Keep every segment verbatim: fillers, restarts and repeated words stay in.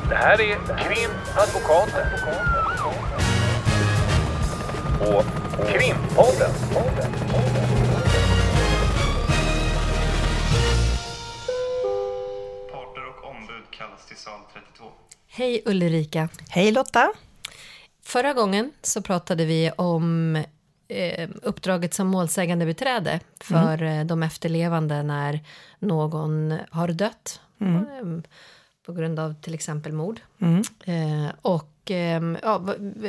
Det här är Krimadvokaten. Och Krimpodden. Parter och ombud kallas till sal trettiotvå. Hej Ulrika. Hej Lotta. Förra gången så pratade vi om eh, uppdraget som målsägande beträde för mm. de efterlevande när någon har dött mm. eh, på grund av till exempel mord. Mm. Eh, och eh, ja,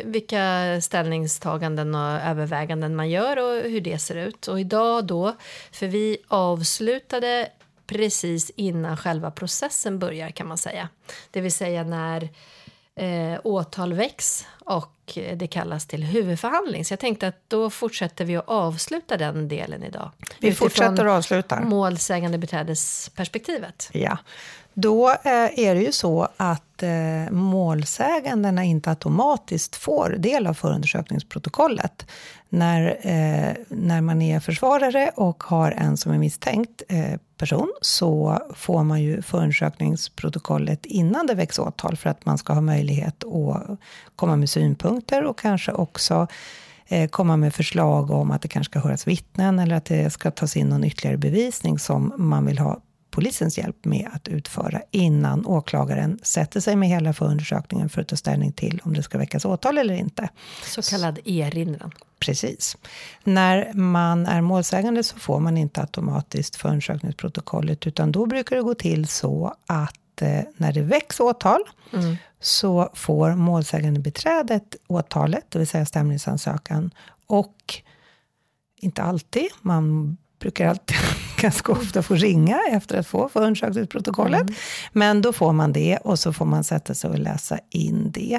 vilka ställningstaganden och överväganden man gör och hur det ser ut. Och idag då, för vi avslutade precis innan själva processen börjar kan man säga. Det vill säga när eh, åtal väcks och det kallas till huvudförhandling. Så jag tänkte att då fortsätter vi att avsluta den delen idag. Vi fortsätter att avsluta. Målsägande beträdesperspektivet. Ja, då eh, är det ju så att eh, målsägandena inte automatiskt får del av förundersökningsprotokollet. När, eh, när man är försvarare och har en som är misstänkt eh, person så får man ju förundersökningsprotokollet innan det väcks åtal för att man ska ha möjlighet att komma med synpunkter och kanske också eh, komma med förslag om att det kanske ska höras vittnen eller att det ska tas in någon ytterligare bevisning som man vill ha polisens hjälp med att utföra innan åklagaren sätter sig med hela förundersökningen för att ta ställning till om det ska väckas åtal eller inte. Så kallad erinran. Precis. När man är målsägande så får man inte automatiskt förundersökningsprotokollet utan då brukar det gå till så att eh, när det väcks åtal mm. så får målsägande beträdet åtalet, det vill säga stämningsansökan och inte alltid, man brukar alltid ganska ofta få ringa efter att få förundersökningsprotokollet. Mm. Men då får man det och så får man sätta sig och läsa in det.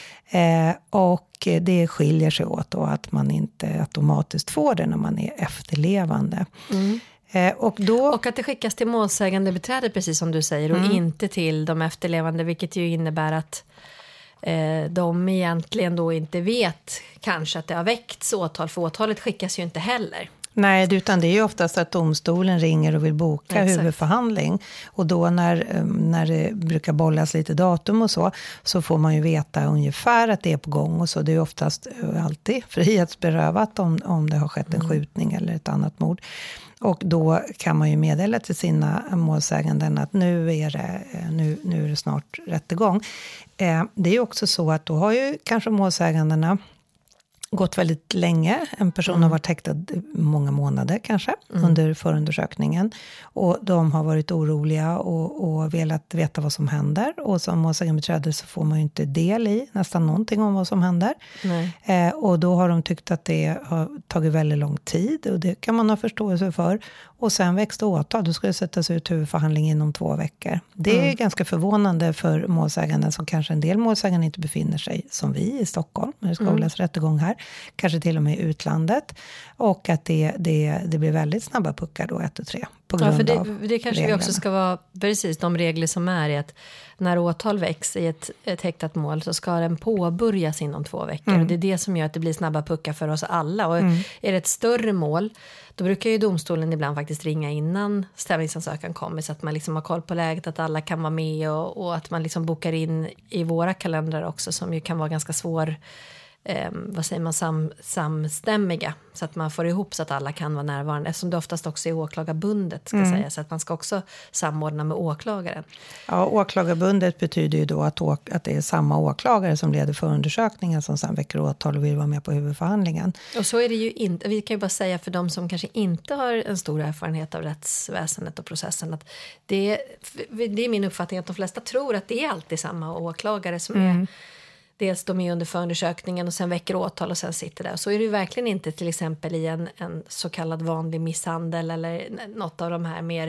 Eh, och det skiljer sig åt då att man inte automatiskt får det när man är efterlevande. Mm. Eh, och, då... och att det skickas till målsägande beträde precis som du säger och mm. inte till de efterlevande, vilket ju innebär att eh, de egentligen då inte vet kanske att det har väckts åtal, för åtalet skickas ju inte heller. Nej, utan det är ju oftast att domstolen ringer och vill boka Exakt. huvudförhandling. Och då när, när det brukar bollas lite datum och så, så får man ju veta ungefär att det är på gång. Och så det är oftast alltid frihetsberövat om, om det har skett en mm. skjutning eller ett annat mord. Och då kan man ju meddela till sina målsäganden att nu är det, nu, nu är det snart rättegång. Eh, det är ju också så att då har ju kanske målsägandena gått väldigt länge. En person mm. har varit häktad många månader kanske mm. under förundersökningen. Och de har varit oroliga och, och velat veta vad som händer. Och som målsägandebiträde så får man ju inte del i nästan någonting om vad som händer. Eh, och då har de tyckt att det har tagit väldigt lång tid. Och det kan man ha förståelse för. Och sen växte åtal. Då ska det sättas ut huvudförhandling inom två veckor. Det är mm. ganska förvånande för målsäganden som kanske en del målsäganden inte befinner sig som vi i Stockholm. När det ska mm. hållas rättegång här. Kanske till och med i utlandet. Och att det, det, det blir väldigt snabba puckar då, ett och tre. På grund ja, för det, av det kanske reglerna. Vi också ska vara precis de regler som är i att när åtal väcks i ett, ett häktat mål så ska den påbörjas inom två veckor. Mm. Och det är det som gör att det blir snabba puckar för oss alla. Och mm. är det ett större mål, då brukar ju domstolen ibland faktiskt ringa innan stämningsansökan kommer så att man liksom har koll på läget, att alla kan vara med och, och att man liksom bokar in i våra kalendrar också som ju kan vara ganska svår Eh, vad säger man, sam, samstämmiga så att man får ihop så att alla kan vara närvarande eftersom det oftast också är åklagarbundet ska mm. säga, så att man ska också samordna med åklagaren. Ja, åklagarbundet betyder ju då att, åk, att det är samma åklagare som leder förundersökningen som sen väcker åtal och vill vara med på huvudförhandlingen. Och så är det ju inte, vi kan ju bara säga för de som kanske inte har en stor erfarenhet av rättsväsendet och processen att det, det är min uppfattning att de flesta tror att det är alltid samma åklagare som mm. är dels de är under förundersökningen och sen väcker åtal och sen sitter där. Så är det ju verkligen inte till exempel i en, en så kallad vanlig misshandel eller något av de här mer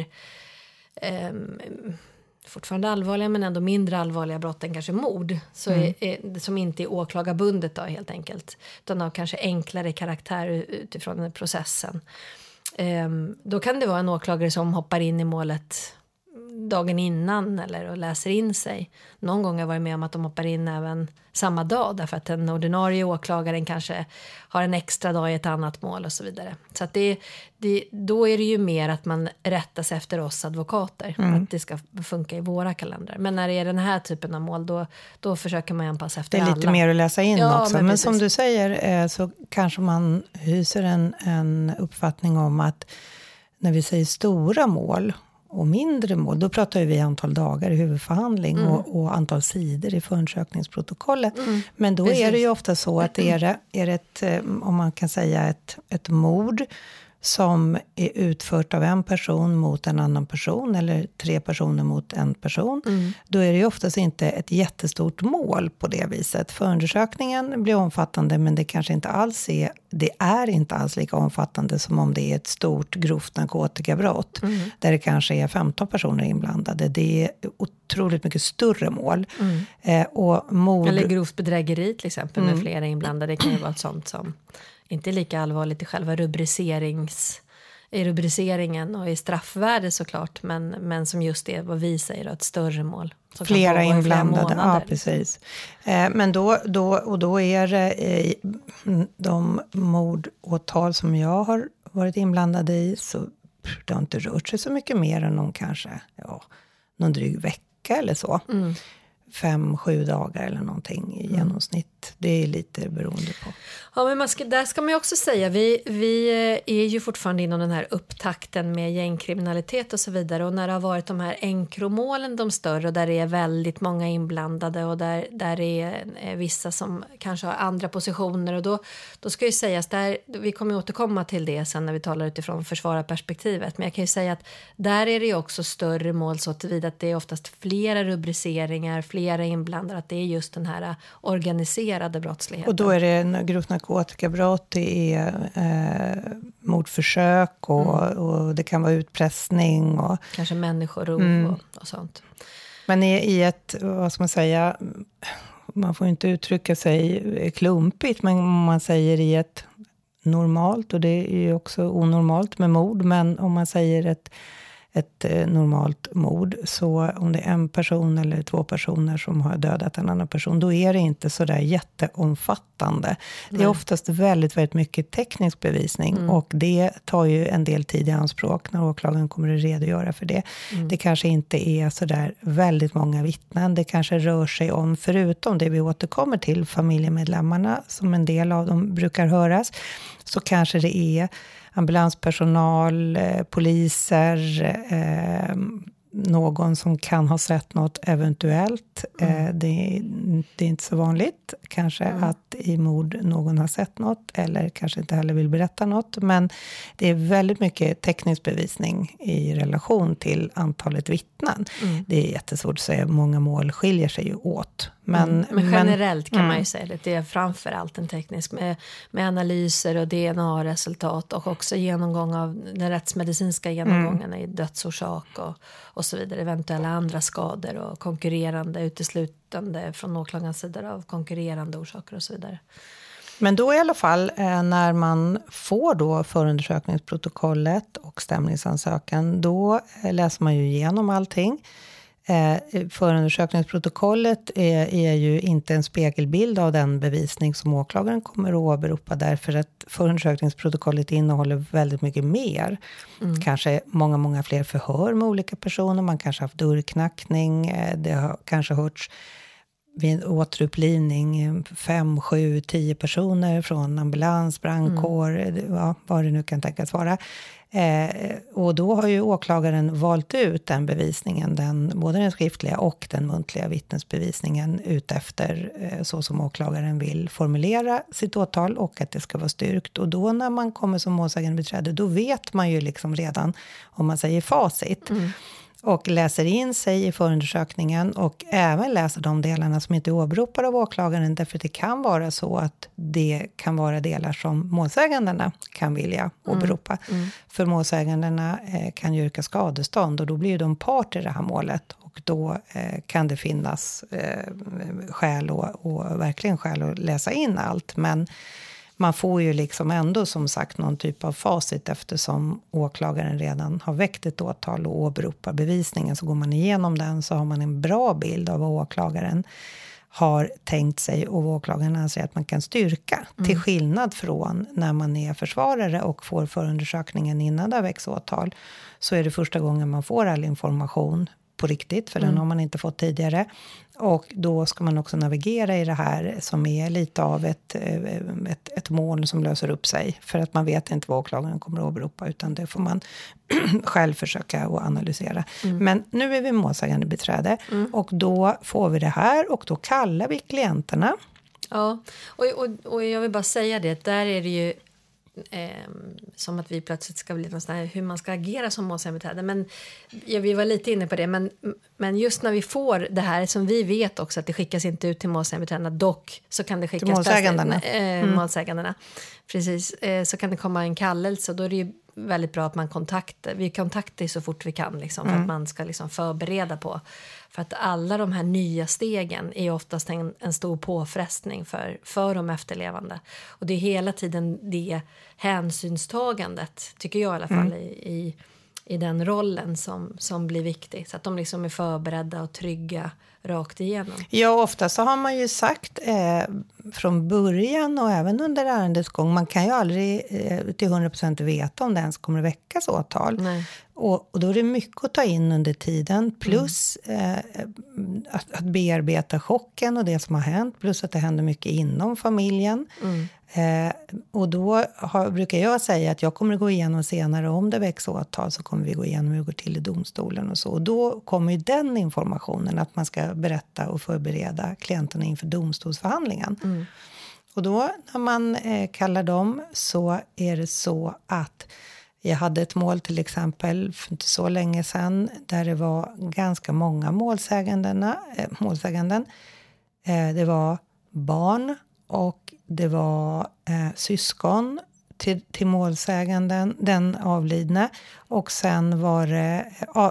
eh, fortfarande allvarliga men ändå mindre allvarliga brotten, kanske mord, så mm. är, är, som inte är åklagarbundet då helt enkelt. Utan har kanske enklare karaktär utifrån den processen. Eh, då kan det vara en åklagare som hoppar in i målet dagen innan eller och läser in sig. Någon gång har jag varit med om att de hoppar in även samma dag därför att den ordinarie åklagaren kanske har en extra dag i ett annat mål och så vidare. Så att det, det, då är det ju mer att man rättar sig efter oss advokater, mm. att det ska funka i våra kalendrar. Men när det är den här typen av mål då, då försöker man anpassa efter alla. Det är lite alla. Mer att läsa in ja, också. Men, men som du säger så kanske man hyser en, en uppfattning om att när vi säger stora mål och mindre mål, då pratar vi antal dagar i huvudförhandling mm. och, och antal sidor i förundersökningsprotokollet. Mm. Men då Precis. Är det ju ofta så att är det, är det ett, om man kan säga ett, ett mord som är utfört av en person mot en annan person eller tre personer mot en person, mm. då är det ju oftast inte ett jättestort mål på det viset. Förundersökningen blir omfattande, men det kanske inte alls är, det är inte alls lika omfattande som om det är ett stort grovt narkotikabrott, mm. där det kanske är femton personer inblandade. Det är otroligt mycket större mål. Mm. Eh, och mord... Eller grovt bedrägeri till exempel med mm. flera inblandade, det kan ju vara ett sånt som inte lika allvarligt i själva rubricerings, i rubriceringen och i straffvärde såklart, men, men som just det vad vi säger, ett större mål. Flera inblandade, flera ja precis. Eh, men då, då, och då är det eh, de mordåtal som jag har varit inblandade i, så det har inte rört sig så mycket mer än någon kanske, ja, någon dryg vecka eller så. Mm. Fem, sju dagar eller någonting i genomsnitt. Mm. Det är lite beroende på. Ja, men man ska, där ska man ju också säga, vi, vi är ju fortfarande inom den här upptakten med gängkriminalitet och så vidare. Och när det har varit de här enkromålen, de större, och där det är väldigt många inblandade och där, där det är vissa som kanske har andra positioner. Och då, då ska ju sägas, där, vi kommer ju återkomma till det sen när vi talar utifrån försvararperspektivet. Men jag kan ju säga att där är det ju också större mål så tillvida att det är oftast flera rubriceringar, flera inblandade, att det är just den här organiserade brottsligheten. Och då är det grovt narkotikabrott, det är eh, mordförsök och, mm. och det kan vara utpressning. Och, kanske människorov mm. och, och sånt. Men i, i ett, vad ska man säga, man får inte uttrycka sig klumpigt, men om man säger i ett normalt, och det är ju också onormalt med mord, men om man säger ett ett eh, normalt mord, så om det är en person eller två personer som har dödat en annan person, då är det inte så där jätteomfattande. Nej. Det är oftast väldigt, väldigt mycket teknisk bevisning mm. och det tar ju en del tid i anspråk när åklagaren kommer att redogöra för det. Mm. Det kanske inte är så där väldigt många vittnen. Det kanske rör sig om, förutom det vi återkommer till, familjemedlemmarna som en del av dem brukar höras, så kanske det är ambulanspersonal, eh, poliser, eh, någon som kan ha sett något eventuellt. Mm. Eh, det, det är inte så vanligt kanske mm. att i mord någon har sett något eller kanske inte heller vill berätta något. Men det är väldigt mycket teknisk bevisning i relation till antalet vittnen. Mm. Det är jättesvårt att säga, många mål skiljer sig ju åt. Men, mm. men generellt men, kan man ju säga att det är framför allt en teknisk med, med analyser och D N A-resultat och också genomgång av den rättsmedicinska genomgången mm. i dödsorsak och, och så vidare, eventuella andra skador och konkurrerande, uteslutande från åklagarens sida av konkurrerande orsaker och så vidare. Men då i alla fall eh, när man får då förundersökningsprotokollet och stämningsansökan, då eh, läser man ju igenom allting. Eh, förundersökningsprotokollet är, är ju inte en spegelbild av den bevisning som åklagaren kommer att åberopa, därför att förundersökningsprotokollet innehåller väldigt mycket mer. Mm. Kanske många, många fler förhör med olika personer. Man kanske har haft dörrknackning. Eh, det har kanske hörts vid en återupplivning fem, sju, tio personer från ambulans, brandkår, mm. ja, vad det nu kan tänkas vara. Eh, och då har ju åklagaren valt ut den bevisningen, den, både den skriftliga och den muntliga vittnesbevisningen ut efter eh, så som åklagaren vill formulera sitt åtal och att det ska vara styrkt. Och då när man kommer som målsägandebiträde, då vet man ju liksom redan, om man säger facit, mm. och läser in sig i förundersökningen och även läser de delarna som inte är åberopade av åklagaren, därför att det kan vara så att det kan vara delar som målsägandena kan vilja åberopa. Mm. Mm. För målsägandena eh, kan ju yrka skadestånd och då blir ju de part i det här målet och då eh, kan det finnas eh, skäl och, och verkligen skäl att läsa in allt. Men man får ju liksom ändå som sagt någon typ av facit eftersom åklagaren redan har väckt ett åtal och åberopar bevisningen. Så går man igenom den så har man en bra bild av vad åklagaren har tänkt sig och vad åklagaren anser att man kan styrka. Mm. Till skillnad från när man är försvarare och får förundersökningen innan det väcks åtal, så är det första gången man får all information på riktigt, för mm. den har man inte fått tidigare. Och då ska man också navigera i det här som är lite av ett, ett, ett moln som löser upp sig. För att man vet inte vad åklagaren kommer att åberopa, utan det får man själv försöka att analysera. Mm. Men nu är vi målsägande beträde mm. och då får vi det här och då kallar vi klienterna. Ja, och, och, och jag vill bara säga det, där är det ju Eh, som att vi plötsligt ska bli någon sån här, hur man ska agera som målsägandebiträde. Men ja, vi var lite inne på det, men, men just när vi får det här som vi vet också att det skickas inte ut till målsägandebiträdena, dock så kan det skickas till målsägandena. Bäst, eh, mm. målsägandena. Precis, eh, så kan det komma en kallelse och då är det ju väldigt bra att man kontaktar, vi kontaktar så fort vi kan liksom, för mm. att man ska liksom förbereda på, för att alla de här nya stegen är oftast en, en stor påfrestning för, för de efterlevande, och det är hela tiden det hänsynstagandet, tycker jag i alla fall mm. i, i, i den rollen som, som blir viktig, så att de liksom är förberedda och trygga rakt igenom. Ja, ofta så har man ju sagt eh, från början och även under ärendets gång, man kan ju aldrig eh, till hundra procent veta om det ens kommer att väckas åtal. Och, och då är det mycket att ta in under tiden, plus mm. eh, att, att bearbeta chocken och det som har hänt, plus att det händer mycket inom familjen. Mm. Eh, och då har, brukar jag säga att jag kommer att gå igenom senare, om det väcks åtal så kommer vi gå igenom hur det går till i domstolen och så. Och då kommer ju den informationen att man ska berätta och förbereda klienterna inför domstolsförhandlingen. Mm. Och då när man eh, kallar dem så är det så att jag hade ett mål till exempel för inte så länge sedan där det var ganska många målsägandena, äh, målsäganden. Eh, det var barn och det var eh, syskon till, till målsäganden, den avlidne. Och sen var det eh,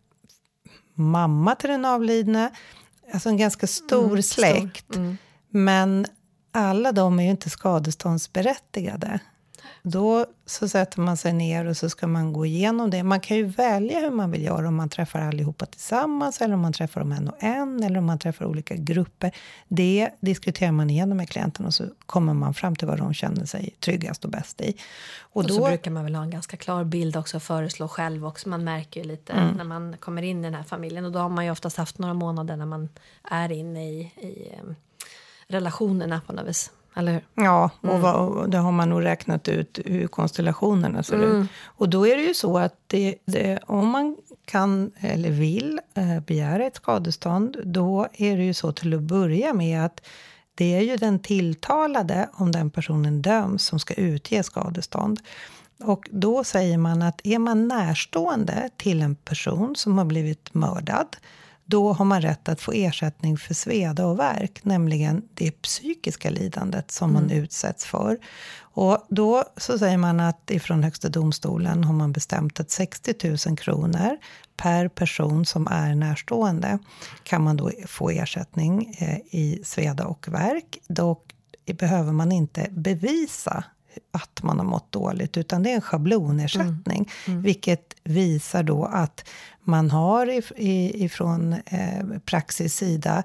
mamma till den avlidne. Alltså en ganska stor mm, släkt. Stor. Mm. Men alla de är ju inte skadeståndsberättigade. Då så sätter man sig ner och så ska man gå igenom det. Man kan ju välja hur man vill göra, om man träffar allihopa tillsammans eller om man träffar dem en och en eller om man träffar olika grupper. Det diskuterar man igenom med klienten och så kommer man fram till vad de känner sig tryggast och bäst i. Och, och då, så brukar man väl ha en ganska klar bild också, föreslå själv också. Man märker ju lite mm. när man kommer in i den här familjen, och då har man ju oftast haft några månader när man är inne i, i um, relationerna på något vis. Eller hur? Ja, och, mm. vad, och det har man nog räknat ut hur konstellationerna ser mm. ut. Och då är det ju så att det, det, om man kan eller vill eh, begära ett skadestånd, då är det ju så till att börja med att det är ju den tilltalade, om den personen döms, som ska utge skadestånd. Och då säger man att är man närstående till en person som har blivit mördad, då har man rätt att få ersättning för sveda och värk, nämligen det psykiska lidandet som mm. man utsätts för. Och då så säger man att ifrån Högsta domstolen har man bestämt att sextio tusen kronor per person som är närstående kan man då få ersättning eh, i sveda och värk. Då behöver man inte bevisa att man har mått dåligt, utan det är en schablonersättning, mm. Mm. vilket visar då att man har ifrån eh, praxis sida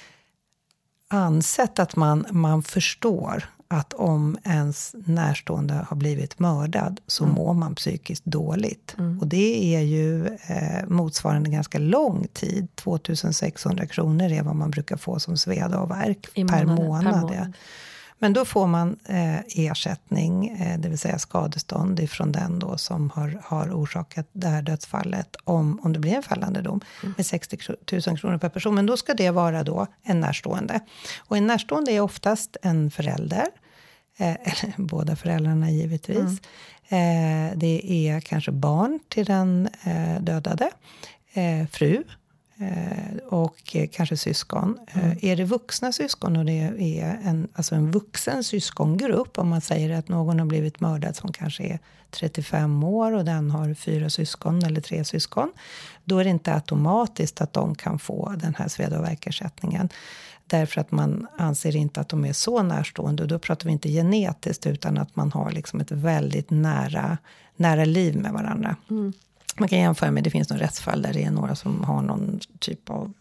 ansett att man, man förstår att om ens närstående har blivit mördad så mm. mår man psykiskt dåligt. Mm. Och det är ju eh, motsvarande ganska lång tid. tvåtusensexhundra kronor är vad man brukar få som sveda och värk per månad. månad, per månad. Ja. Men då får man eh, ersättning, eh, det vill säga skadestånd ifrån den då som har, har orsakat det här dödsfallet, om, om det blir en fällande dom, mm. med sextio tusen kronor per person. Men då ska det vara då en närstående. Och en närstående är oftast en förälder, eh, eller båda föräldrarna givetvis. Mm. Eh, det är kanske barn till den eh, dödade, eh, fru, Eh, och eh, kanske syskon. Mm. Eh, är det vuxna syskon och det är en, alltså en vuxen syskongrupp, om man säger att någon har blivit mördad som kanske är trettiofem år och den har fyra syskon eller tre syskon, då är det inte automatiskt att de kan få den här sveda- och värkersättningen. Därför att man anser inte att de är så närstående. Och då pratar vi inte genetiskt utan att man har liksom ett väldigt nära, nära liv med varandra. Mm. Man kan jämföra med, det finns någon rättsfall där det är några som har någon typ av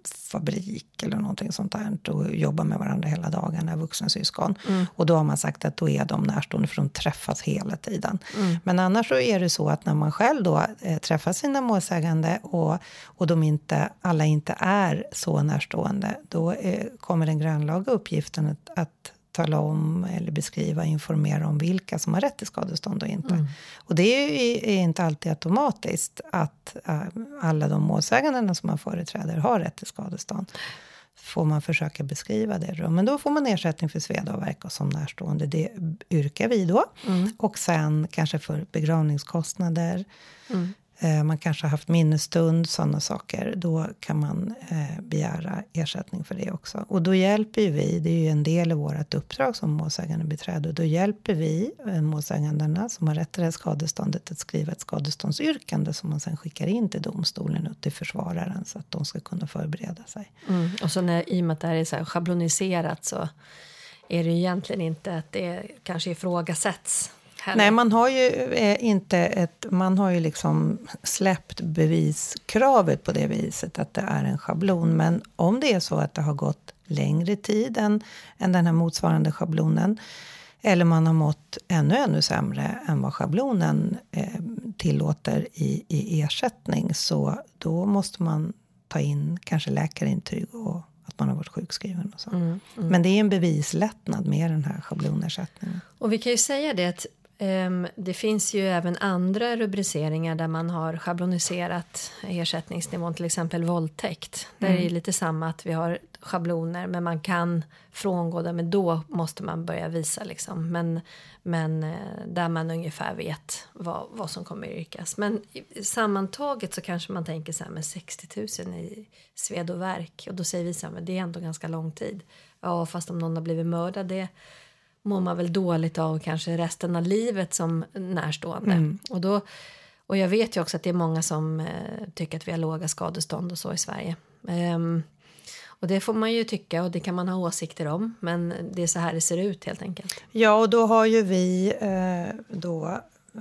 fabrik eller någonting sånt där och jobbar med varandra hela dagarna, vuxna syskon. Mm. Och då har man sagt att då är de närstående för de träffas hela tiden. Mm. Men annars så är det så att när man själv då eh, träffar sina målsägande och, och de inte, alla inte är så närstående, då eh, kommer den grannlaga uppgiften att, att tala om eller beskriva, informera om vilka som har rätt till skadestånd och inte. Mm. Och det är, är inte alltid automatiskt att äh, alla de målsägandena som man företräder har rätt till skadestånd. Får man försöka beskriva det då. Men då får man ersättning för sveda och värk och som närstående. Det yrkar vi då. Mm. Och sen kanske för begravningskostnader. Mm. Man kanske har haft minnesstund, sådana saker. Då kan man eh, begära ersättning för det också. Och då hjälper ju vi, det är ju en del i vårt uppdrag som målsägande beträde. Då hjälper vi eh, målsägandena som har rätt till det skadeståndet att skriva ett skadeståndsyrkande som man sen skickar in till domstolen och till försvararen så att de ska kunna förbereda sig. Mm. Och så när, i och med att det här är så här schabloniserat så är det ju egentligen inte att det kanske ifrågasätts. Heller. Nej, man har ju eh, inte ett, man har ju liksom släppt beviskravet på det viset att det är en schablon. Men om det är så att det har gått längre tid än, än den här motsvarande schablonen, eller man har mått ännu ännu sämre än vad schablonen eh, tillåter i, i ersättning, så då måste man ta in kanske läkarintyg och att man har varit sjukskriven och så. Mm, mm. Men det är en bevislättnad med den här schablonersättningen. Och vi kan ju säga det att Um, det finns ju även andra rubriceringar där man har schabloniserat ersättningsnivån, till exempel våldtäkt. Mm. Där är det lite samma att vi har schabloner men man kan frångå det, men då måste man börja visa liksom. Men, men uh, där man ungefär vet vad, vad som kommer yrkas. Men sammantaget så kanske man tänker så här med sextio tusen i sved och värk. Och då säger vi så här, men det är ändå ganska lång tid. Ja, fast om någon har blivit mördad, det mår man väl dåligt av kanske resten av livet som närstående. Mm. Och, då, och jag vet ju också att det är många som eh, tycker att vi har låga skadestånd och så i Sverige. Um, och det får man ju tycka och det kan man ha åsikter om. Men det är så här det ser ut helt enkelt. Ja, och då har ju vi eh, då,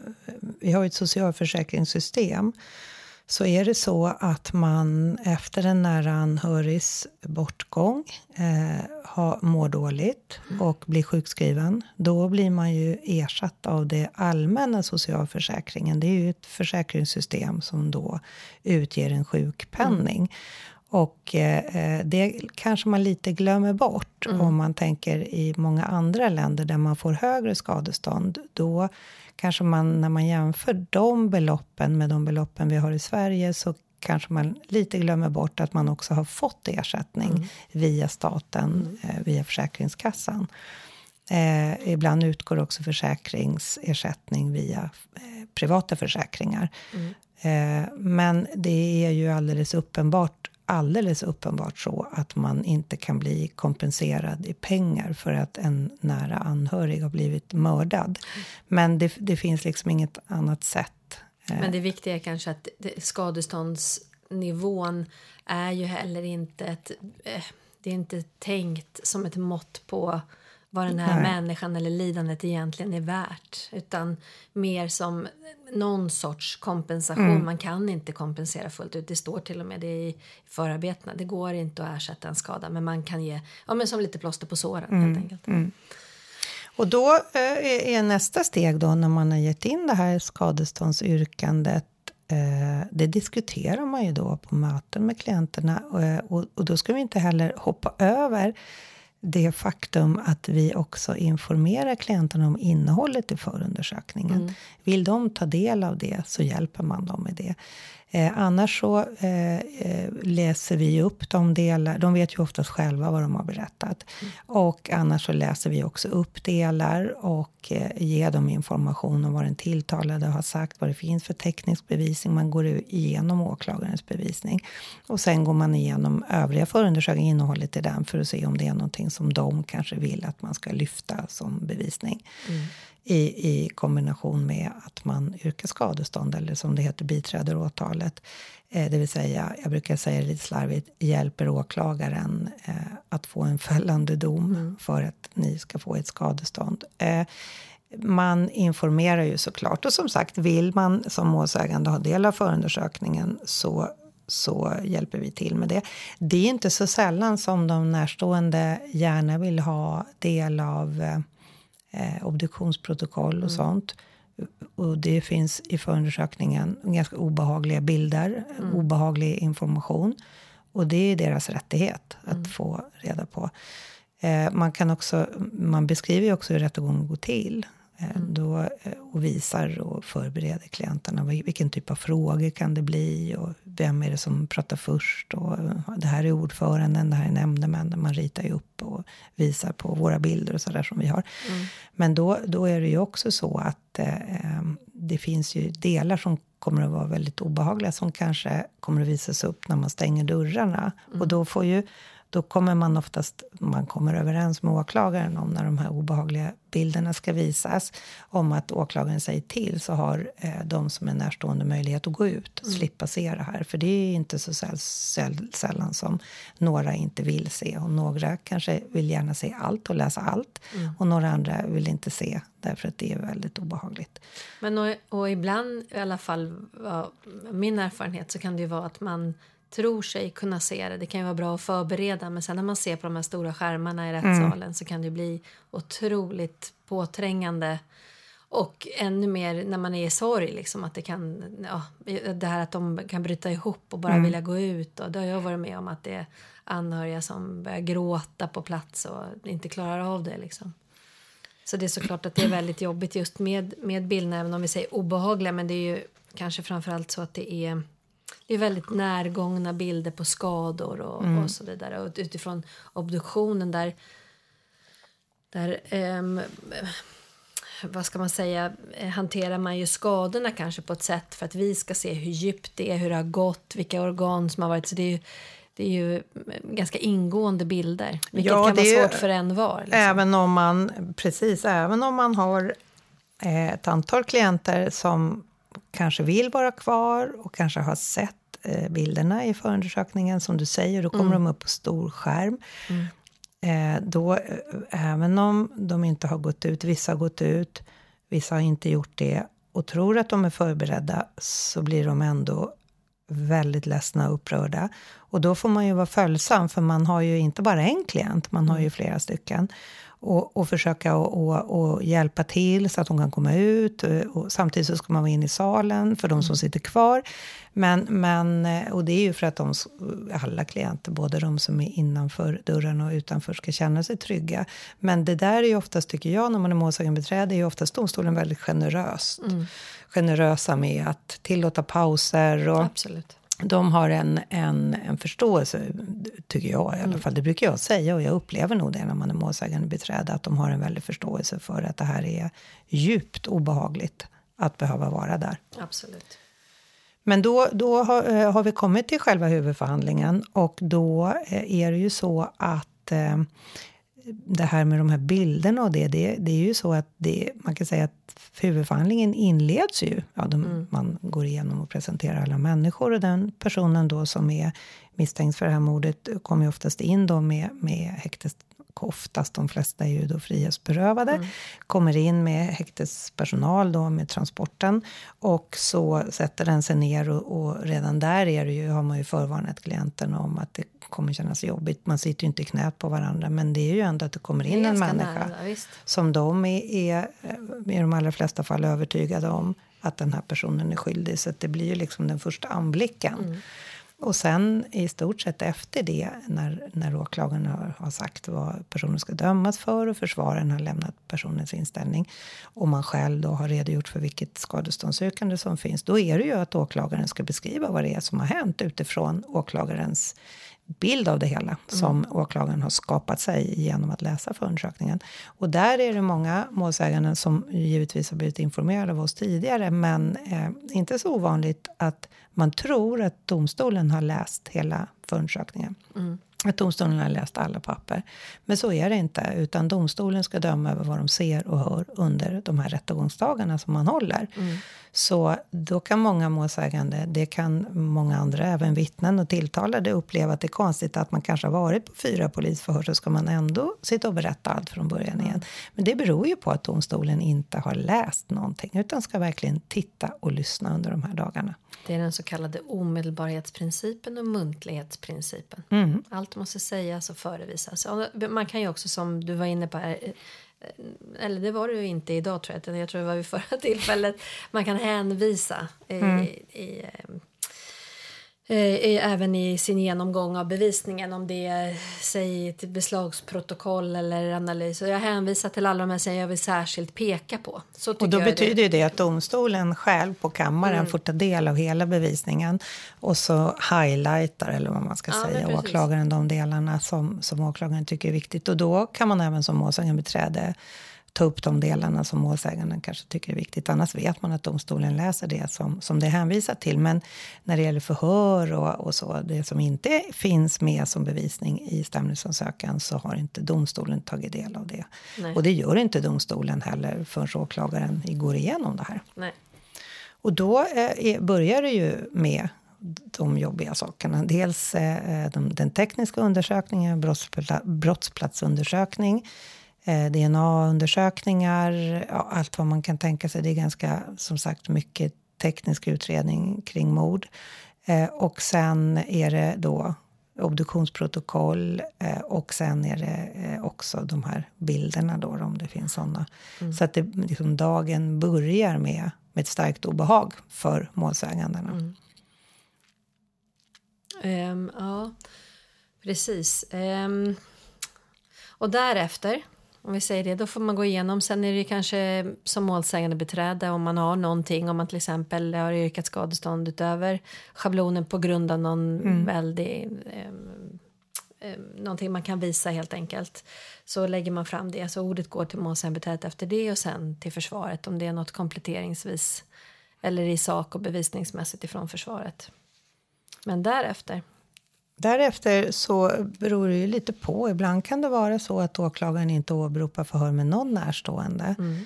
vi har ett socialförsäkringssystem. Så är det så att man efter en nära anhörigs bortgång eh, har, mår dåligt och blir sjukskriven, då blir man ju ersatt av det allmänna socialförsäkringen. Det är ju ett försäkringssystem som då utger en sjukpenning. Mm. Och eh, det kanske man lite glömmer bort mm. om man tänker i många andra länder där man får högre skadestånd. Då kanske man, när man jämför de beloppen med de beloppen vi har i Sverige, så kanske man lite glömmer bort att man också har fått ersättning mm. via staten, eh, via Försäkringskassan. Eh, ibland utgår också försäkringsersättning via eh, privata försäkringar. Mm. Eh, men det är ju alldeles uppenbart alldeles uppenbart så att man inte kan bli kompenserad i pengar för att en nära anhörig har blivit mördad. Men det, det finns liksom inget annat sätt. Men det viktiga är kanske att det, skadeståndsnivån är ju heller inte ett, det är inte tänkt som ett mått på vad den här Nej. människan eller lidandet egentligen är värt. Utan mer som någon sorts kompensation. Mm. Man kan inte kompensera fullt ut. Det står till och med det i förarbetena. Det går inte att ersätta en skada. Men man kan ge, ja men som lite plåster på såren mm. helt enkelt. Mm. Och då eh, är nästa steg då när man har gett in det här skadeståndsyrkandet. Eh, det diskuterar man ju då på möten med klienterna. Och, och, och då ska vi inte heller hoppa över det faktum att vi också informerar klienterna om innehållet i förundersökningen. Mm. Vill de ta del av det så hjälper man dem med det. Eh, annars så eh, eh, läser vi upp de delar. De vet ju oftast själva vad de har berättat. Mm. Och annars så läser vi också upp delar och eh, ger dem information om vad den tilltalade har sagt. Vad det finns för teknisk bevisning. Man går igenom åklagarens bevisning. Och sen går man igenom övriga förundersökningar, innehållet i den, för att se om det är någonting som de kanske vill att man ska lyfta som bevisning. Mm. I, i kombination med att man yrkar skadestånd eller som det heter biträder åtalet. Eh, det vill säga, jag brukar säga lite slarvigt, hjälper åklagaren eh, att få en fällande dom mm. för att ni ska få ett skadestånd. Eh, man informerar ju såklart, och som sagt, vill man som målsägande ha del av förundersökningen så så hjälper vi till med det. Det är inte så sällan som de närstående gärna vill ha del av eh, Eh, obduktionsprotokoll och mm. sånt. Och det finns i förundersökningen ganska obehagliga bilder, mm. obehaglig information. Och det är deras rättighet att mm. få reda på. Eh, man kan också, man beskriver ju också hur rättegången går till. Eh, mm. då, eh, och visar och förbereder klienterna. Vilken typ av frågor kan det bli? Och vem är det som pratar först? Och det här är ordföranden, det här är nämndemännen. Man ritar ju upp och visar på våra bilder och sådär som vi har. Mm. Men då, då är det ju också så att eh, det finns ju delar som kommer att vara väldigt obehagliga. Som kanske kommer att visas upp när man stänger dörrarna. Mm. Och då får ju... Då kommer man oftast, man kommer överens med åklagaren om när de här obehagliga bilderna ska visas. Om att åklagaren säger till, så har eh, de som är närstående möjlighet att gå ut och mm. slippa se det här. För det är inte så säll, säll, sällan som några inte vill se. Och några kanske vill gärna se allt och läsa allt. Mm. Och några andra vill inte se därför att det är väldigt obehagligt. Men och, och ibland, i alla fall min erfarenhet, så kan det ju vara att man tror sig kunna se det. Det kan ju vara bra att förbereda, men sen när man ser på de här stora skärmarna i rättssalen mm. så kan det bli otroligt påträngande. Och ännu mer när man är i sorg, liksom, att det kan, ja, det här att de kan bryta ihop och bara mm. vilja gå ut. Och det har jag varit med om, att det är anhöriga som börjar gråta på plats och inte klarar av det liksom. Så det är såklart att det är väldigt jobbigt just med, med bilderna, även om vi säger obehagliga, men det är ju kanske framförallt så att det är Det är väldigt närgångna bilder på skador och, mm. och så vidare. Och utifrån obduktionen där, där um, vad ska man säga, hanterar man ju skadorna kanske på ett sätt för att vi ska se hur djupt det är, hur det har gått, vilka organ som har varit. Så det är ju, det är ju ganska ingående bilder, vilket ja, kan vara svårt för en var. Liksom. Även om man, precis, även om man har eh, ett antal klienter som kanske vill vara kvar och kanske har sett eh, bilderna i förundersökningen, som du säger, då kommer mm. de upp på stor skärm. Mm. Eh, då, även om de inte har gått ut, vissa har gått ut, vissa har inte gjort det och tror att de är förberedda, så blir de ändå väldigt ledsna och upprörda. Och då får man ju vara följsam, för man har ju inte bara en klient, man har ju flera stycken. Och, och försöka och, och, och hjälpa till så att de kan komma ut. Och, och samtidigt så ska man vara in i salen för de som sitter kvar. Men, men, och det är ju för att de, alla klienter, både de som är innanför dörren och utanför, ska känna sig trygga. Men det där är ju oftast, tycker jag, när man är målsägandebiträde, är ju oftast domstolen väldigt generöst. Mm. Generösa med att tillåta pauser. Och absolut. De har en, en, en förståelse, tycker jag i alla fall. Det brukar jag säga, och jag upplever nog det när man är målsägandebiträde, att de har en väldig förståelse för att det här är djupt obehagligt att behöva vara där. Absolut. Men då, då har, har vi kommit till själva huvudförhandlingen, och då är det ju så att eh, det här med de här bilderna och det, det, det är ju så att det, man kan säga att huvudförhandlingen inleds ju. Ja, de, mm. Man går igenom och presenterar alla människor, och den personen då som är misstänkt för det här mordet kommer ju oftast in då med, med häktes, oftast de flesta är ju då frihetsberövade, mm. kommer in med häktespersonal då med transporten, och så sätter den sig ner och, och redan där är det ju, har man ju förvarnat klienten om att det kommer kännas jobbigt. Man sitter ju inte i knät på varandra, men det är ju ändå att det kommer in det en människa nära, som de är, är i de allra flesta fall övertygade om att den här personen är skyldig, så att det blir ju liksom den första anblicken. Mm. Och sen i stort sett efter det, när, när åklagaren har, har sagt vad personen ska dömas för och försvararen har lämnat personens inställning och man själv då har redogjort för vilket skadeståndssökande som finns, då är det ju att åklagaren ska beskriva vad det är som har hänt utifrån åklagarens bild av det hela som mm. åklagaren har skapat sig genom att läsa förundersökningen. Och där är det många målsäganden som givetvis har blivit informerade av oss tidigare, men eh, inte så ovanligt att man tror att domstolen har läst hela förundersökningen. Mm. Att domstolen har läst alla papper. Men så är det inte, utan domstolen ska döma över vad de ser och hör under de här rättegångsdagarna som man håller. Mm. Så då kan många målsägande, det kan många andra, även vittnen och tilltalade, uppleva att det är konstigt att man kanske har varit på fyra polisförhör, så ska man ändå sitta och berätta allt från början igen. Mm. Men det beror ju på att domstolen inte har läst någonting, utan ska verkligen titta och lyssna under de här dagarna. Det är den så kallade omedelbarhetsprincipen och muntlighetsprincipen. Mm. Allt måste sägas och förevisas. Man kan ju också, som du var inne på här, eller det var det ju inte idag tror jag, jag tror det var vid förra tillfället, man kan hänvisa i, mm. i, i, i, även i sin genomgång av bevisningen, om det är säg ett beslagsprotokoll eller analys. Så jag hänvisar till alla de här som jag vill särskilt peka på. Så och då betyder det... det att domstolen själv på kammaren mm. får ta del av hela bevisningen och så highlightar, eller vad man ska ja, säga, åklagaren de delarna som, som åklagaren tycker är viktigt. Och då kan man även som målsägandebiträde ta upp de delarna som målsäganden kanske tycker är viktigt. Annars vet man att domstolen läser det som, som det hänvisar till. Men när det gäller förhör och, och så, det som inte finns med som bevisning i stämningsansökan, så har inte domstolen tagit del av det. Nej. Och det gör inte domstolen heller förrän åklagaren går igenom det här. Nej. Och då eh, börjar det ju med de jobbiga sakerna. Dels eh, de, den tekniska undersökningen, brottspla, brottsplatsundersökning, D N A-undersökningar, ja, allt vad man kan tänka sig. Det är ganska, som sagt, mycket teknisk utredning kring mord. Eh, och sen är det då obduktionsprotokoll eh, och sen är det eh, också de här bilderna då, om det finns sådana. Mm. Så att det, liksom, dagen börjar med, med ett starkt obehag för målsägandena. Mm. Um, ja, precis. Um, och därefter, om vi säger det, då får man gå igenom. Sen är det kanske som målsägande beträde om man har någonting. Om man till exempel har yrkat skadestånd utöver schablonen på grund av någon mm. väldigt... Eh, eh, någonting man kan visa helt enkelt. Så lägger man fram det. Så ordet går till målsägande beträde efter det och sen till försvaret. Om det är något kompletteringsvis eller i sak och bevisningsmässigt ifrån försvaret. Men därefter... Därefter så beror det ju lite på. Ibland kan det vara så att åklagaren inte åberopar förhör med någon närstående. Mm.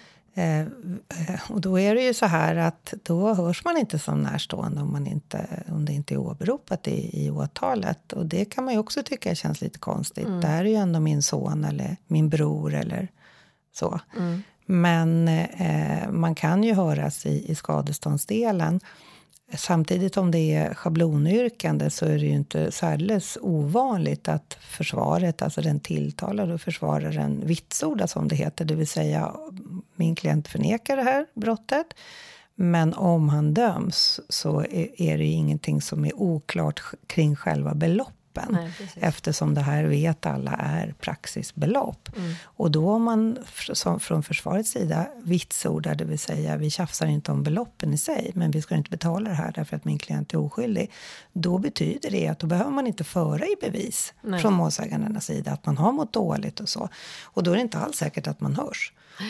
Eh, och då är det ju så här att då hörs man inte som närstående om, man inte, om det inte är åberopat i, i åtalet. Och det kan man ju också tycka känns lite konstigt. Mm. Det här är ju ändå min son eller min bror eller så. Mm. Men eh, man kan ju höras i, i skadeståndsdelen. Samtidigt om det är schablonyrkande så är det ju inte särdeles ovanligt att försvaret, alltså den tilltalade och försvararen vitsordar som det heter. Det vill säga min klient förnekar det här brottet. Men om han döms så är, är det ju ingenting som är oklart kring själva beloppen. Nej, eftersom det här vet alla är praxisbelopp. Mm. Och då om man som, från försvarets sida vitsordar, det vill säga vi tjafsar inte om beloppen i sig, men vi ska inte betala det här därför att min klient är oskyldig. Då betyder det att då behöver man inte föra i bevis Nej. Från målsägandernas sida att man har mått dåligt och så. Och då är det inte alls säkert att man hörs.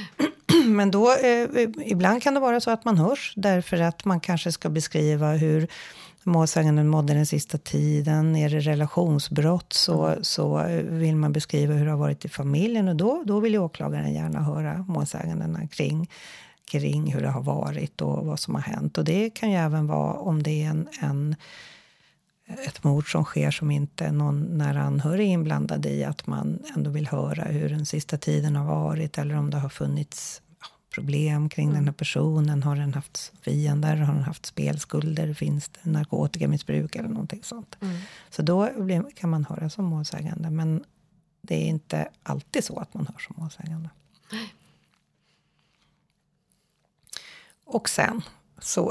Men då, eh, ibland kan det vara så att man hörs därför att man kanske ska beskriva hur målsäganden mådde den sista tiden. Är det relationsbrott så, mm. så vill man beskriva hur det har varit i familjen. Och då, då vill ju åklagaren gärna höra målsägandena kring, kring hur det har varit och vad som har hänt. Och det kan ju även vara om det är en, en, ett mord som sker som inte någon nära anhörig är inblandad i. Att man ändå vill höra hur den sista tiden har varit eller om det har funnits problem kring mm. den här personen. Har den haft fiender? Har den haft spelskulder? Finns det narkotikamissbruk eller någonting sånt? Mm. Så då kan man höra som målsägande. Men det är inte alltid så att man hör som målsägande. Och sen så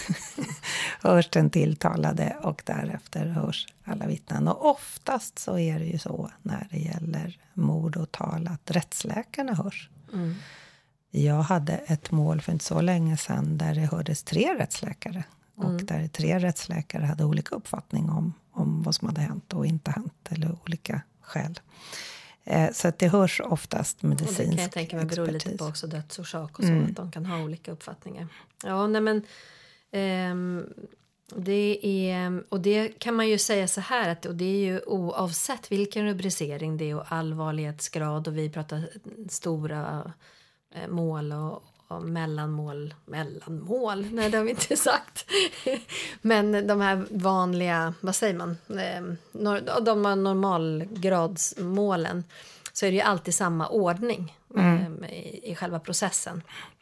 hörs den tilltalade och därefter hörs alla vittnen. Och oftast så är det ju så när det gäller mord och tal att rättsläkarna hörs. Mm. Jag hade ett mål för inte så länge sedan där det hördes tre rättsläkare. Mm. Och där tre rättsläkare hade olika uppfattning om, om vad som hade hänt och inte hänt. Eller olika skäl. Eh, så att det hörs oftast medicinsk expertis. Det kan jag tänka mig beror lite på också dödsorsak och så. Mm. Att de kan ha olika uppfattningar. Ja, nej men... Ehm, det är, och det kan man ju säga så här att, och det är ju oavsett vilken rubricering det är och allvarlighetsgrad, och vi pratar stora eh, mål och, och mellanmål mellanmål, nej det har vi inte sagt men de här vanliga, vad säger man, eh, de normalgradsmålen, så är det ju alltid samma ordning mm. eh, i, i själva processen.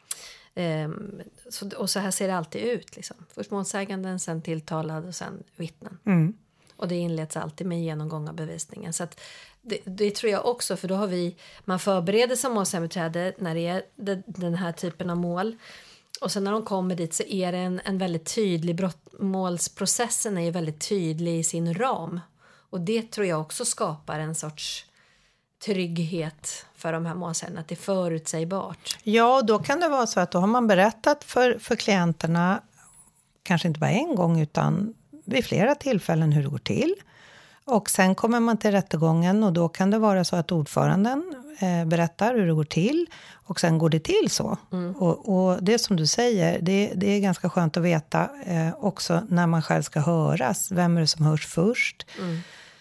Um, så, och så här ser det alltid ut liksom. Först målsäganden, sen tilltalad och sen vittnen. Mm. Och det inleds alltid med genomgång av bevisningen. Så att det, det tror jag också, för då har vi, man förbereder som målsägandebiträde när det är det, den här typen av mål. Och sen när de kommer dit så är det en, en väldigt tydlig brottmålsprocessen är ju väldigt tydlig i sin ram. Och det tror jag också skapar en sorts trygghet för de här målsägarna, att det är förutsägbart. Ja, då kan det vara så att då har man berättat för, för klienterna, kanske inte bara en gång utan vid flera tillfällen hur det går till. Och sen kommer man till rättegången och då kan det vara så att ordföranden eh, berättar hur det går till och sen går det till så. Mm. Och, och det som du säger, det, det är ganska skönt att veta eh, också när man själv ska höras. Vem är det som hörs först? Mm.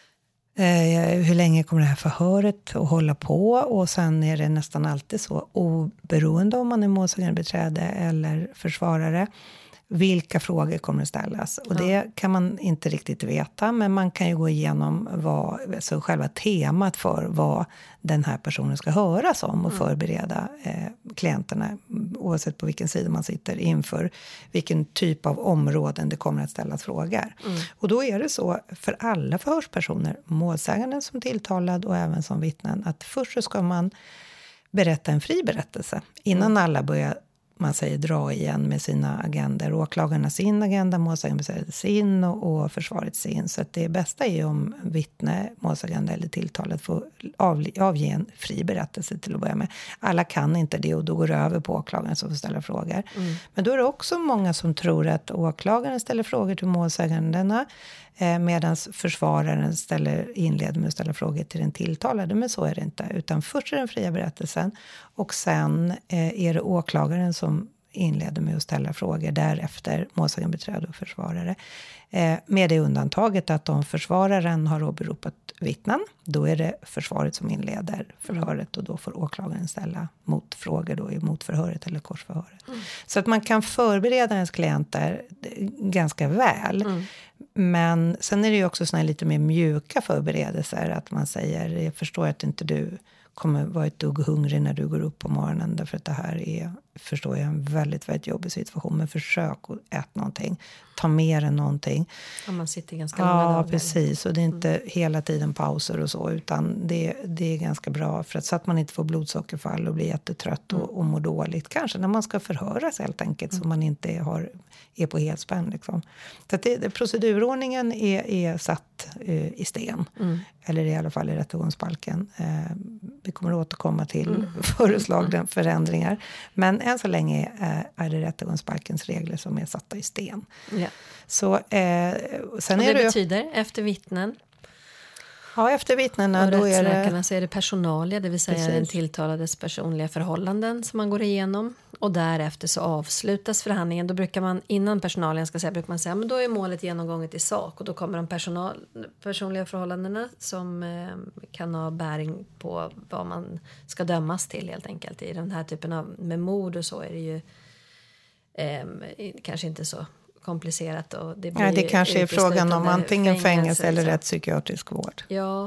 Eh, hur länge kommer det här förhöret att hålla på, och sen är det nästan alltid så, oberoende om man är målsägandebiträde eller försvarare, vilka frågor kommer att ställas. Och ja. Det kan man inte riktigt veta, men man kan ju gå igenom vad, så själva temat för vad den här personen ska höras om och mm. förbereda eh, klienterna, oavsett på vilken sida man sitter, inför vilken typ av områden det kommer att ställas frågor. Mm. Och då är det så för alla förhörspersoner, målsäganden som tilltalad och även som vittnen, att först så ska man berätta en fri berättelse innan mm. alla börjar, man säger, dra igen med sina agender. Åklagarna sin agenda, målsäganden sin och, och försvaret sin. Så att det bästa är om vittne, målsägande eller tilltalet får av, avge en fri berättelse till att börja med. Alla kan inte det och då går det över på åklagaren som får ställa frågor. Mm. Men då är det också många som tror att åklagaren ställer frågor till målsägandena eh, medan försvararen ställer, inleder med att ställa frågor till den tilltalade. Men så är det inte. Utan först är den fria berättelsen och sen eh, är det åklagaren som inleder med att ställa frågor, därefter målsägandebiträde och försvarare. Eh, med det undantaget att om försvararen har åberopat vittnen, då är det försvaret som inleder förhöret och då får åklagaren ställa motfrågor då i motförhöret eller korsförhöret. Mm. Så att man kan förbereda ens klienter ganska väl. Mm. Men sen är det ju också såna lite mer mjuka förberedelser, att man säger, jag förstår att inte du kommer vara ett dugg hungrig när du går upp på morgonen, därför att det här är, förstår jag, en väldigt, väldigt jobbig situation, men försök att äta någonting, ta mer än någonting. Ja, man sitter ganska långa dagar. Ja, precis, och det är inte mm. hela tiden pauser och så, utan det, det är ganska bra för att, så att man inte får blodsockerfall och blir jättetrött mm. och, och mår dåligt, kanske när man ska förhöras helt enkelt, mm. så man inte har, är på helspänn liksom. Så att det, det, procedurordningen är, är satt eh, i sten, mm. eller i alla fall i rättegångsbalken. Eh, vi kommer att återkomma till mm. föreslagna förändringar, men än så länge är det rättegångsbalkens regler som är satta i sten. Ja. Så, eh, sen och det är det betyder efter vittnen? Ja, efter vittnena då är det... så är det personalia, det vill säga precis. Den tilltalades personliga förhållanden som man går igenom. Och därefter så avslutas förhandlingen. Då brukar man, innan personalien ska säga, brukar man säga, men då är målet genomgånget i sak. Och då kommer de personal, personliga förhållandena som eh, kan ha bäring på vad man ska dömas till helt enkelt. I den här typen av, med mord och så är det ju eh, kanske inte så komplicerat. Och det blir ja, det kanske är frågan om antingen fängelse, fängelse eller rätt psykiatrisk vård. Ja.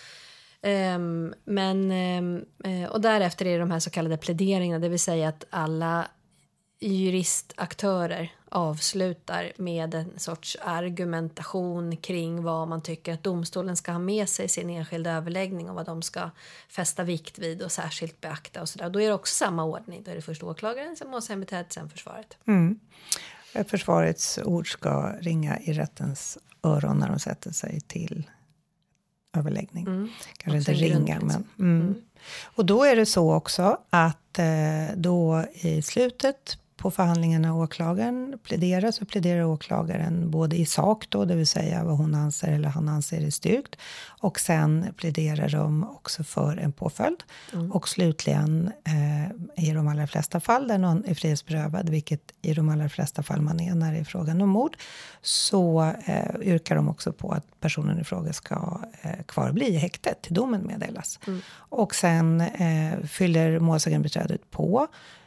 Um, men um, och därefter är det de här så kallade pläderingarna, det vill säga att alla juristaktörer avslutar med en sorts argumentation kring vad man tycker att domstolen ska ha med sig i sin enskilda överläggning och vad de ska fästa vikt vid och särskilt beakta och sådär. Då är det också samma ordning. Då är det först åklagaren, sen målsägandebiträdet, sen försvaret. Mm. Försvarets ord ska ringa i rättens öron när de sätter sig till överläggning. Mm. Kanske inte ringa, men... Mm. Mm. Och då är det så också att eh, då i slutet på förhandlingarna åklagaren pläderar, så pläderar åklagaren både i sak då, det vill säga vad hon anser eller han anser är styrkt, och sen pläderar de också för en påföljd. Mm. Och slutligen eh, i de allra flesta fall där någon är frihetsberövad, vilket i de allra flesta fall man är när det är frågan om mord, så eh, yrkar de också på att personen i fråga ska eh, kvarbli i häktet till domen meddelas. Mm. Och sen eh, fyller målsägandebiträdet på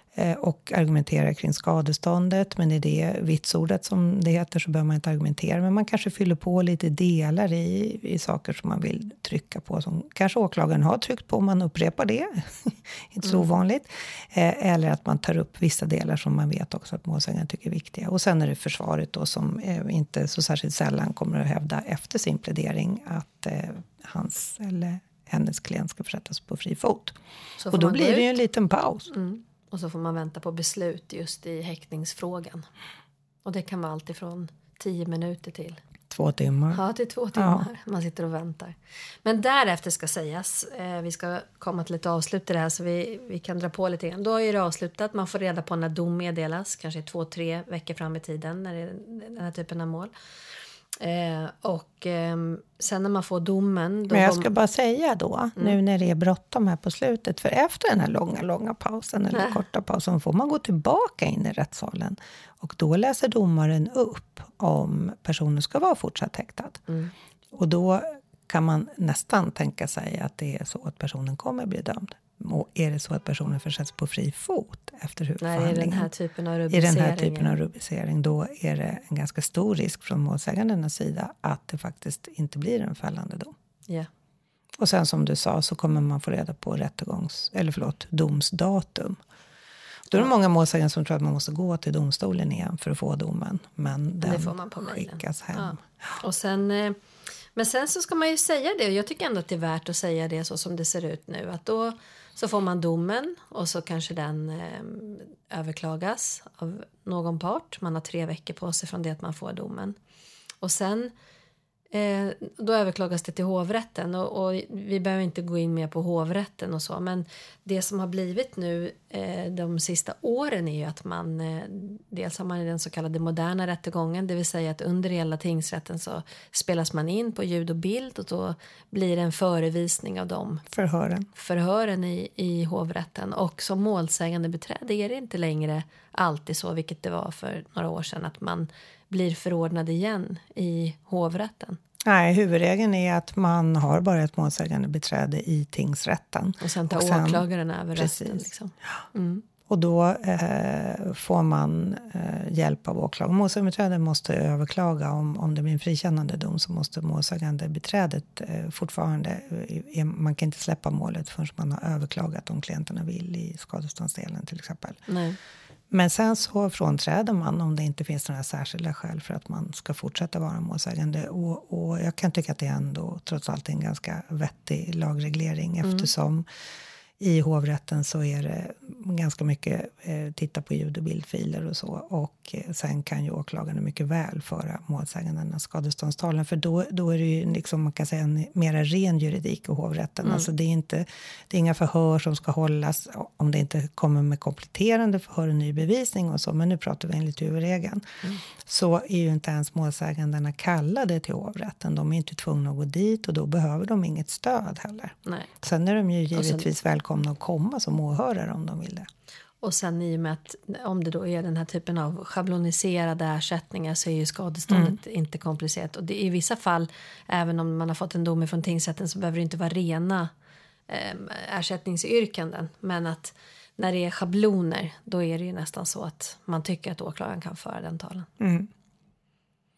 och argumenterar kring skadeståndet, men i det vitsordet som det heter så behöver man inte argumentera, men man kanske fyller på lite delar i, i saker som man vill trycka på, som kanske åklagaren har tryckt på, man upprepar det, inte så ovanligt, eh, eller att man tar upp vissa delar som man vet också att målsägaren tycker är viktiga, och sen är det försvaret då som eh, inte så särskilt sällan kommer att hävda efter sin plädering att eh, hans eller hennes klient ska försättas på fri fot, och då blir det ju en liten paus. Mm. Och så får man vänta på beslut just i häktningsfrågan. Och det kan vara allt ifrån tio minuter till... Två timmar. Ja, till två timmar. Ja. Man sitter och väntar. Men därefter ska sägas, eh, vi ska komma till lite avslut i det här så vi, vi kan dra på lite grann. Då är det avslutat, man får reda på när dom meddelas. Kanske två, tre veckor fram i tiden när det är den här typen av mål. Eh, och eh, sen när man får domen... Då Men jag ska bara säga då, mm. nu när det är bråttom här på slutet, för efter den här långa, långa pausen eller äh. korta pausen får man gå tillbaka in i rättssalen, och då läser domaren upp om personen ska vara fortsatt häktad. Mm. Och då kan man nästan tänka sig att det är så att personen kommer bli dömd. Och är det så att personen försätts på fri fot efter huvudförhandlingen, Nej, i den här typen av rubricering, i den här typen av rubricering, då är det en ganska stor risk från målsägandernas sida att det faktiskt inte blir en fällande dom. Yeah. Och sen som du sa så kommer man få reda på rättegångs, eller förlåt, domsdatum. Då är det många målsägande som tror att man måste gå till domstolen igen för att få domen. Men den det får man på skickas hem. Ja. Och sen... Eh, Men sen så ska man ju säga det, och jag tycker ändå att det är värt att säga det så som det ser ut nu. Att då så får man domen och så kanske den eh, överklagas av någon part. Man har tre veckor på sig från det att man får domen. Och sen eh, då överklagas det till hovrätten, och, och vi behöver inte gå in mer på hovrätten och så. Men det som har blivit nu eh, de sista åren är ju att man, eh, dels har man den så kallade moderna rättegången, det vill säga att under hela tingsrätten så spelas man in på ljud och bild, och då blir det en förevisning av dem. Förhören. Förhören i, i hovrätten. Och som målsägande beträde är det inte längre alltid så, vilket det var för några år sedan, att man blir förordnad igen i hovrätten. Nej, huvudregeln är att man har bara ett målsägande beträde i tingsrätten. Och sen tar och sen, åklagaren över precis. Resten. Liksom. Mm. Och då eh, får man eh, hjälp av åklagaren. Målsägande beträde måste överklaga. Om, om det blir en frikännande dom så måste målsägande beträdet eh, fortfarande... Eh, man kan inte släppa målet förrän man har överklagat om klienterna vill i skadeståndsdelen till exempel. Nej. Men sen så frånträder man om det inte finns några särskilda skäl för att man ska fortsätta vara målsägande. Och, och jag kan tycka att det är ändå trots allt en ganska vettig lagreglering. Mm. Eftersom i hovrätten så är det ganska mycket eh, titta på ljud- och bildfiler och så. Och eh, sen kan ju åklagaren mycket väl föra målsägandernas skadeståndstalen. För då, då är det ju liksom, man kan säga, en mera ren juridik i hovrätten. Mm. Alltså det är, inte, det är inga förhör som ska hållas om det inte kommer med kompletterande förhör och ny bevisning och så. Men nu pratar vi enligt huvudregeln. Mm. Så är ju inte ens målsäganderna kallade till hovrätten. De är inte tvungna att gå dit, och då behöver de inget stöd heller. Nej. Sen är de ju givetvis sen välkomna att komma som åhörare om de vill det. Och sen i och med att om det då är den här typen av schabloniserade ersättningar så är ju skadeståndet mm. inte komplicerat. Och det, i vissa fall, även om man har fått en dom från tingsrätten, så behöver det inte vara rena eh, ersättningsyrkanden. Men att när det är schabloner, då är det ju nästan så att man tycker att åklagaren kan föra den talen. Mm.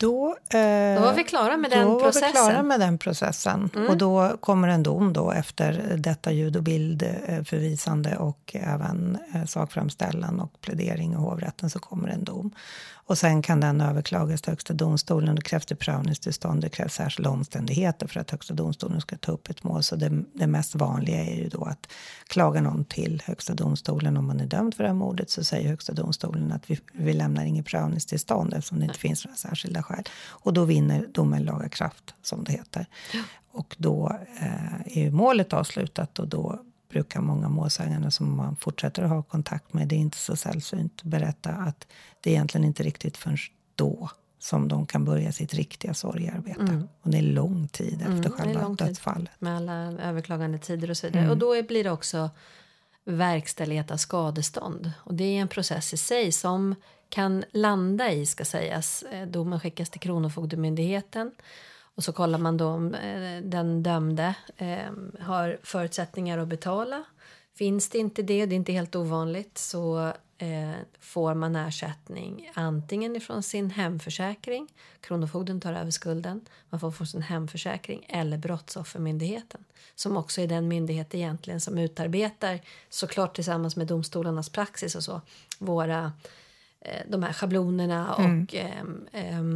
Då, eh, då var vi klara med den då processen. Var vi klara med den processen. Mm. Och då kommer en dom då efter detta ljud- och bildförvisande och även eh, sakframställan och plädering i hovrätten, så kommer en dom. Och sen kan den överklagas till Högsta domstolen. Det krävs det prövningstillstånd, det krävs särskilda omständigheter för att Högsta domstolen ska ta upp ett mål. Så det, det mest vanliga är ju då att klaga någon till Högsta domstolen. Om man är dömd för det här mordet, så säger Högsta domstolen att vi, vi lämnar inget prövningstillstånd eftersom det inte finns några särskilda skäl. Och då vinner domen laga kraft, som det heter. Ja. Och då eh, är ju målet avslutat, och då brukar många målsägande som man fortsätter att ha kontakt med, det är inte så sällsynt, berätta att det är egentligen inte riktigt förrän då som de kan börja sitt riktiga sorgarbete. Mm. Och det är lång tid efter mm, själva dödsfallet. Med alla överklagande tider och så vidare. Mm. Och då blir det också verkställighet av skadestånd. Och det är en process i sig som kan landa i, ska sägas. Domen skickas till Kronofogdemyndigheten. Och så kollar man då om eh, den dömde eh, har förutsättningar att betala. Finns det inte det, det är inte helt ovanligt, så eh, får man ersättning antingen ifrån sin hemförsäkring. Kronofogden tar över skulden. Man får från sin hemförsäkring eller Brottsoffermyndigheten. Som också är den myndighet egentligen som utarbetar, såklart tillsammans med domstolarnas praxis och så, våra, eh, de här schablonerna och... Mm. Eh, eh,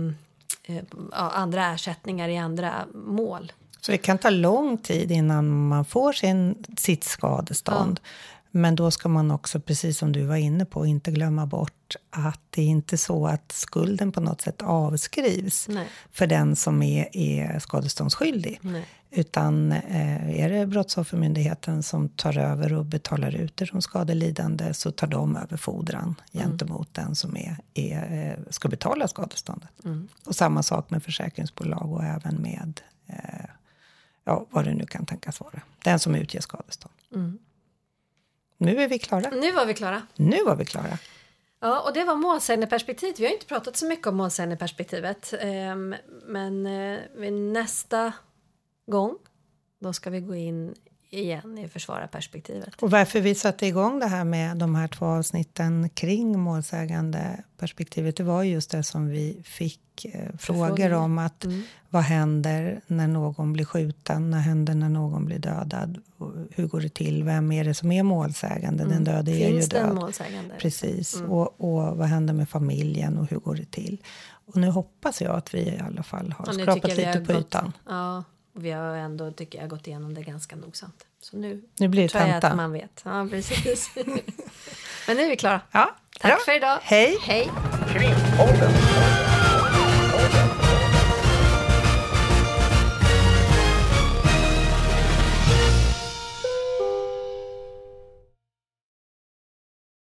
Ja, andra ersättningar i andra mål. Så det kan ta lång tid innan man får sin, sitt skadestånd. Ja. Men då ska man också, precis som du var inne på, inte glömma bort att det är inte så att skulden på något sätt avskrivs. Nej. För den som är, är skadeståndsskyldig. Nej. Utan eh, är det Brottsoffermyndigheten som tar över och betalar ut det som skadelidande, så tar de över fordran mm. gentemot den som är, är, ska betala skadeståndet. Mm. Och samma sak med försäkringsbolag och även med eh, ja, vad det nu kan tänkas vara. Den som utger skadestånd. Mm. Nu är vi klara. Nu var vi klara. Nu var vi klara. Ja, och det var målsägandeperspektivet. Vi har inte pratat så mycket om målsägandeperspektivet. Men vid nästa gång, då ska vi gå in igen i försvararperspektivet. Och varför vi satte igång det här med de här två avsnitten kring målsägandeperspektivet, det var just det som vi fick eh, frågor om. Att mm. vad händer när någon blir skjuten? Vad händer när någon blir dödad? Hur går det till? Vem är det som är målsägande? Mm. Den döde är ju död. Finns det en målsägande? Precis. Mm. Och, och vad händer med familjen och hur går det till? Och nu hoppas jag att vi i alla fall har skrapat lite på gått, ytan. Ja, vi har ändå, tycker jag, gått igenom det ganska nogsamt. Så nu, nu blir det tror jag tenta. Att man vet. Ja, precis. Men nu är vi klara. Ja, tack bra. för idag. Hej. Hej. Krimpodden.